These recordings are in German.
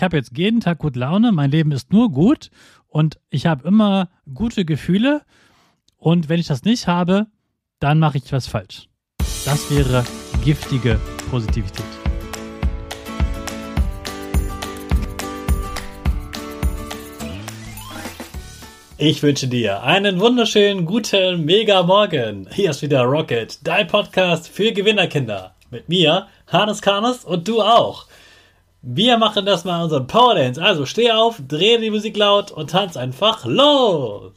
Ich habe jetzt jeden Tag gute Laune, mein Leben ist nur gut und ich habe immer gute Gefühle und wenn ich das nicht habe, dann mache ich was falsch. Das wäre giftige Positivität. Ich wünsche dir einen wunderschönen, guten, mega Morgen. Hier ist wieder Rocket, dein Podcast für Gewinnerkinder. Mit mir, Hannes Karnes und du auch. Wir machen das mal unseren Power Dance. Also steh auf, dreh die Musik laut und tanz einfach los.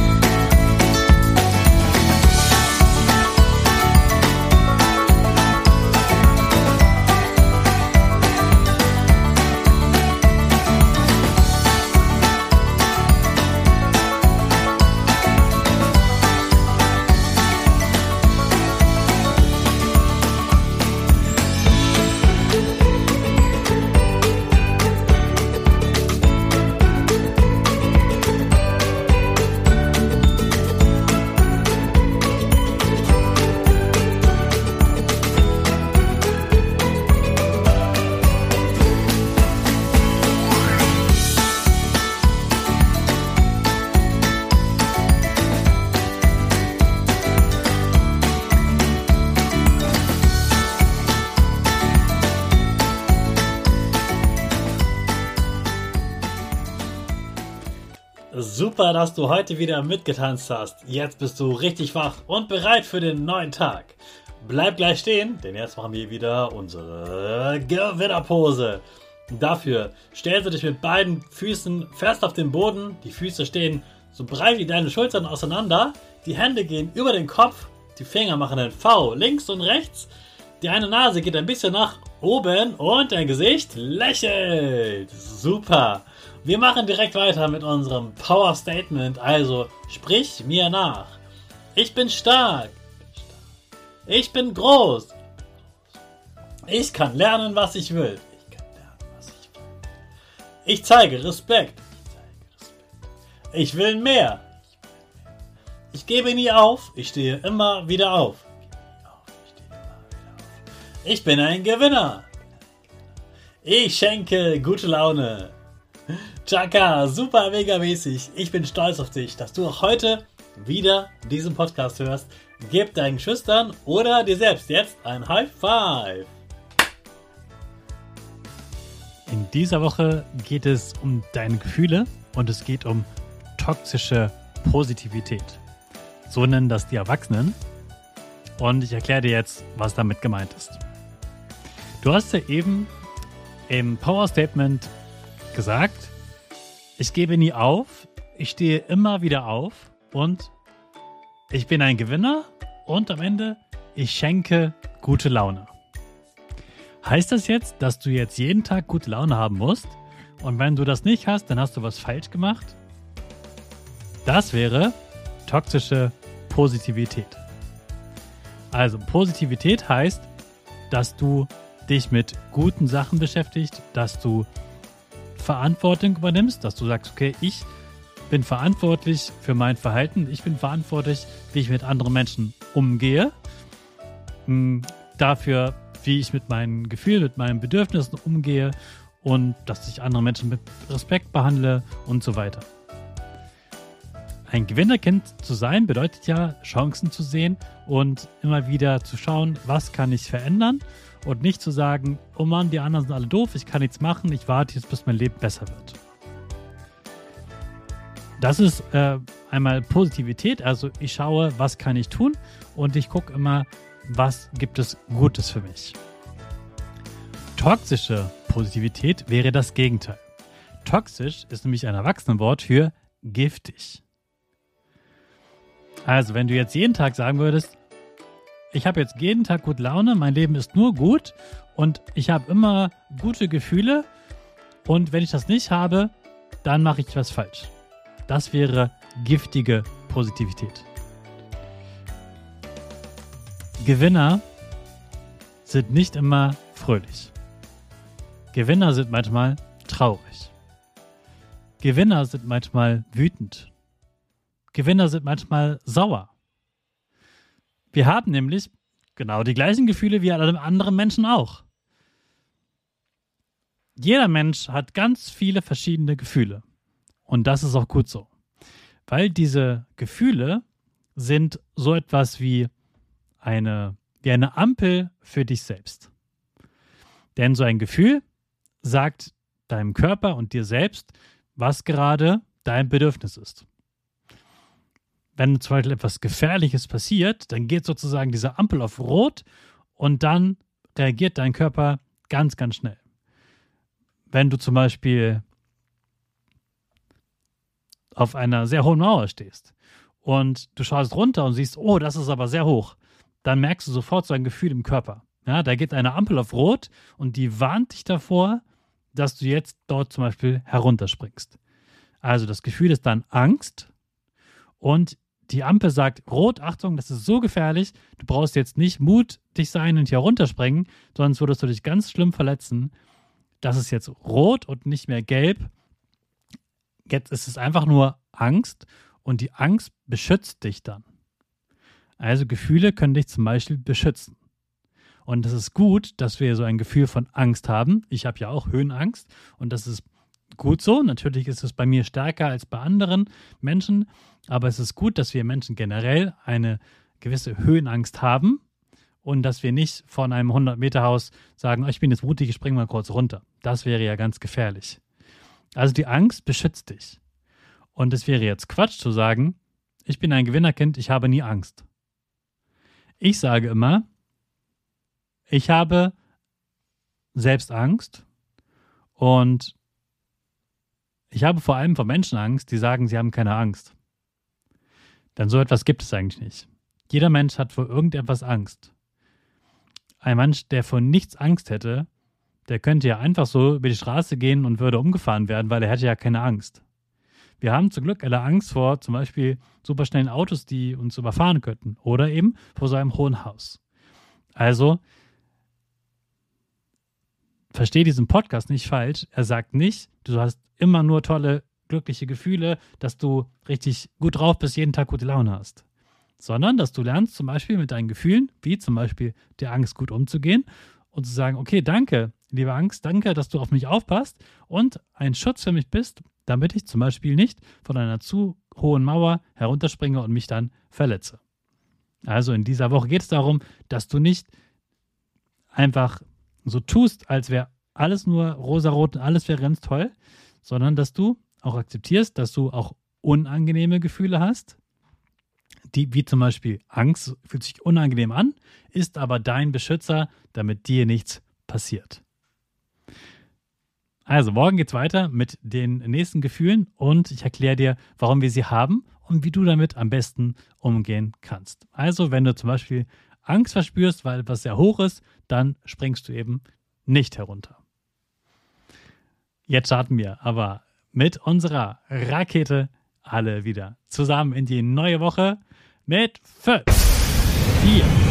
Super, dass du heute wieder mitgetanzt hast. Jetzt bist du richtig wach und bereit für den neuen Tag. Bleib gleich stehen, denn jetzt machen wir wieder unsere Gewinnerpose. Dafür stellst du dich mit beiden Füßen fest auf den Boden. Die Füße stehen so breit wie deine Schultern auseinander. Die Hände gehen über den Kopf. Die Finger machen ein V links und rechts. Die eine Nase geht ein bisschen nach oben und dein Gesicht lächelt. Super. Wir machen direkt weiter mit unserem Power Statement, also sprich mir nach. Ich bin stark. Ich bin groß. Ich kann lernen, was ich will. Ich zeige Respekt. Ich will mehr. Ich gebe nie auf. Ich stehe immer wieder auf. Ich bin ein Gewinner. Ich schenke gute Laune. Chaka, super mega mäßig. Ich bin stolz auf dich, dass du auch heute wieder diesen Podcast hörst. Gib deinen Geschwistern oder dir selbst jetzt ein High Five. In dieser Woche geht es um deine Gefühle und es geht um toxische Positivität. So nennen das die Erwachsenen. Und ich erkläre dir jetzt, was damit gemeint ist. Du hast ja eben im Power Statement gesagt, ich gebe nie auf, ich stehe immer wieder auf und ich bin ein Gewinner und am Ende, ich schenke gute Laune. Heißt das jetzt, dass du jetzt jeden Tag gute Laune haben musst und wenn du das nicht hast, dann hast du was falsch gemacht? Das wäre toxische Positivität. Also Positivität heißt, dass du dich mit guten Sachen beschäftigst, dass du Verantwortung übernimmst, dass du sagst, okay, ich bin verantwortlich für mein Verhalten, ich bin verantwortlich, wie ich mit anderen Menschen umgehe, dafür, wie ich mit meinen Gefühlen, mit meinen Bedürfnissen umgehe und dass ich andere Menschen mit Respekt behandle und so weiter. Ein Gewinnerkind zu sein bedeutet ja, Chancen zu sehen und immer wieder zu schauen, was kann ich verändern und nicht zu sagen, oh Mann, die anderen sind alle doof, ich kann nichts machen, ich warte jetzt, bis mein Leben besser wird. Das ist einmal Positivität, also ich schaue, was kann ich tun und ich gucke immer, was gibt es Gutes für mich. Toxische Positivität wäre das Gegenteil. Toxisch ist nämlich ein Erwachsenenwort für giftig. Also, wenn du jetzt jeden Tag sagen würdest, ich habe jetzt jeden Tag gute Laune, mein Leben ist nur gut und ich habe immer gute Gefühle und wenn ich das nicht habe, dann mache ich was falsch. Das wäre giftige Positivität. Gewinner sind nicht immer fröhlich. Gewinner sind manchmal traurig. Gewinner sind manchmal wütend. Gewinner sind manchmal sauer. Wir haben nämlich genau die gleichen Gefühle wie alle anderen Menschen auch. jeder Mensch hat ganz viele verschiedene Gefühle. Und das ist auch gut so. Weil diese Gefühle sind so etwas wie eine Ampel für dich selbst. Denn so ein Gefühl sagt deinem Körper und dir selbst, was gerade dein Bedürfnis ist. Wenn zum Beispiel etwas Gefährliches passiert, dann geht sozusagen diese Ampel auf Rot und dann reagiert dein Körper ganz, ganz schnell. Wenn du zum Beispiel auf einer sehr hohen Mauer stehst und du schaust runter und siehst, oh, das ist aber sehr hoch, dann merkst du sofort so ein Gefühl im Körper. Ja, da geht eine Ampel auf Rot und die warnt dich davor, dass du jetzt dort zum Beispiel herunterspringst. Also das Gefühl ist dann Angst und die Ampel sagt, Rot, Achtung, das ist so gefährlich, du brauchst jetzt nicht mutig sein und hier runterspringen, sonst würdest du dich ganz schlimm verletzen. Das ist jetzt rot und nicht mehr gelb. Jetzt ist es einfach nur Angst und die Angst beschützt dich dann. Also Gefühle können dich zum Beispiel beschützen. Und es ist gut, dass wir so ein Gefühl von Angst haben. Ich habe ja auch Höhenangst und das ist gut so. Natürlich ist es bei mir stärker als bei anderen Menschen, aber es ist gut, dass wir Menschen generell eine gewisse Höhenangst haben und dass wir nicht von einem 100-Meter-Haus sagen, oh, ich bin jetzt mutig, ich springe mal kurz runter. Das wäre ja ganz gefährlich. Also die Angst beschützt dich. Und es wäre jetzt Quatsch zu sagen, ich bin ein Gewinnerkind, ich habe nie Angst. Ich sage immer, ich habe selbst Angst und ich habe vor allem vor Menschen Angst, die sagen, sie haben keine Angst. Denn so etwas gibt es eigentlich nicht. Jeder Mensch hat vor irgendetwas Angst. Ein Mensch, der vor nichts Angst hätte, der könnte ja einfach so über die Straße gehen und würde umgefahren werden, weil er hätte ja keine Angst. Wir haben zum Glück alle Angst vor zum Beispiel superschnellen Autos, die uns überfahren könnten. Oder eben vor so einem hohen Haus. Also, verstehe diesen Podcast nicht falsch. Er sagt nicht, du hast immer nur tolle, glückliche Gefühle, dass du richtig gut drauf bist, jeden Tag gute Laune hast. Sondern, dass du lernst zum Beispiel mit deinen Gefühlen, wie zum Beispiel der Angst, gut umzugehen und zu sagen, okay, danke, liebe Angst, danke, dass du auf mich aufpasst und ein Schutz für mich bist, damit ich zum Beispiel nicht von einer zu hohen Mauer herunterspringe und mich dann verletze. Also in dieser Woche geht es darum, dass du nicht einfach so tust, als wäre alles nur rosarot und alles wäre ganz toll, sondern dass du auch akzeptierst, dass du auch unangenehme Gefühle hast, die wie zum Beispiel Angst fühlt sich unangenehm an, ist aber dein Beschützer, damit dir nichts passiert. Also morgen geht's weiter mit den nächsten Gefühlen und ich erkläre dir, warum wir sie haben und wie du damit am besten umgehen kannst. Also wenn du zum Beispiel Angst verspürst, weil etwas sehr hoch ist, dann springst du eben nicht herunter. Jetzt starten wir aber mit unserer Rakete alle wieder zusammen in die neue Woche mit 5, 4,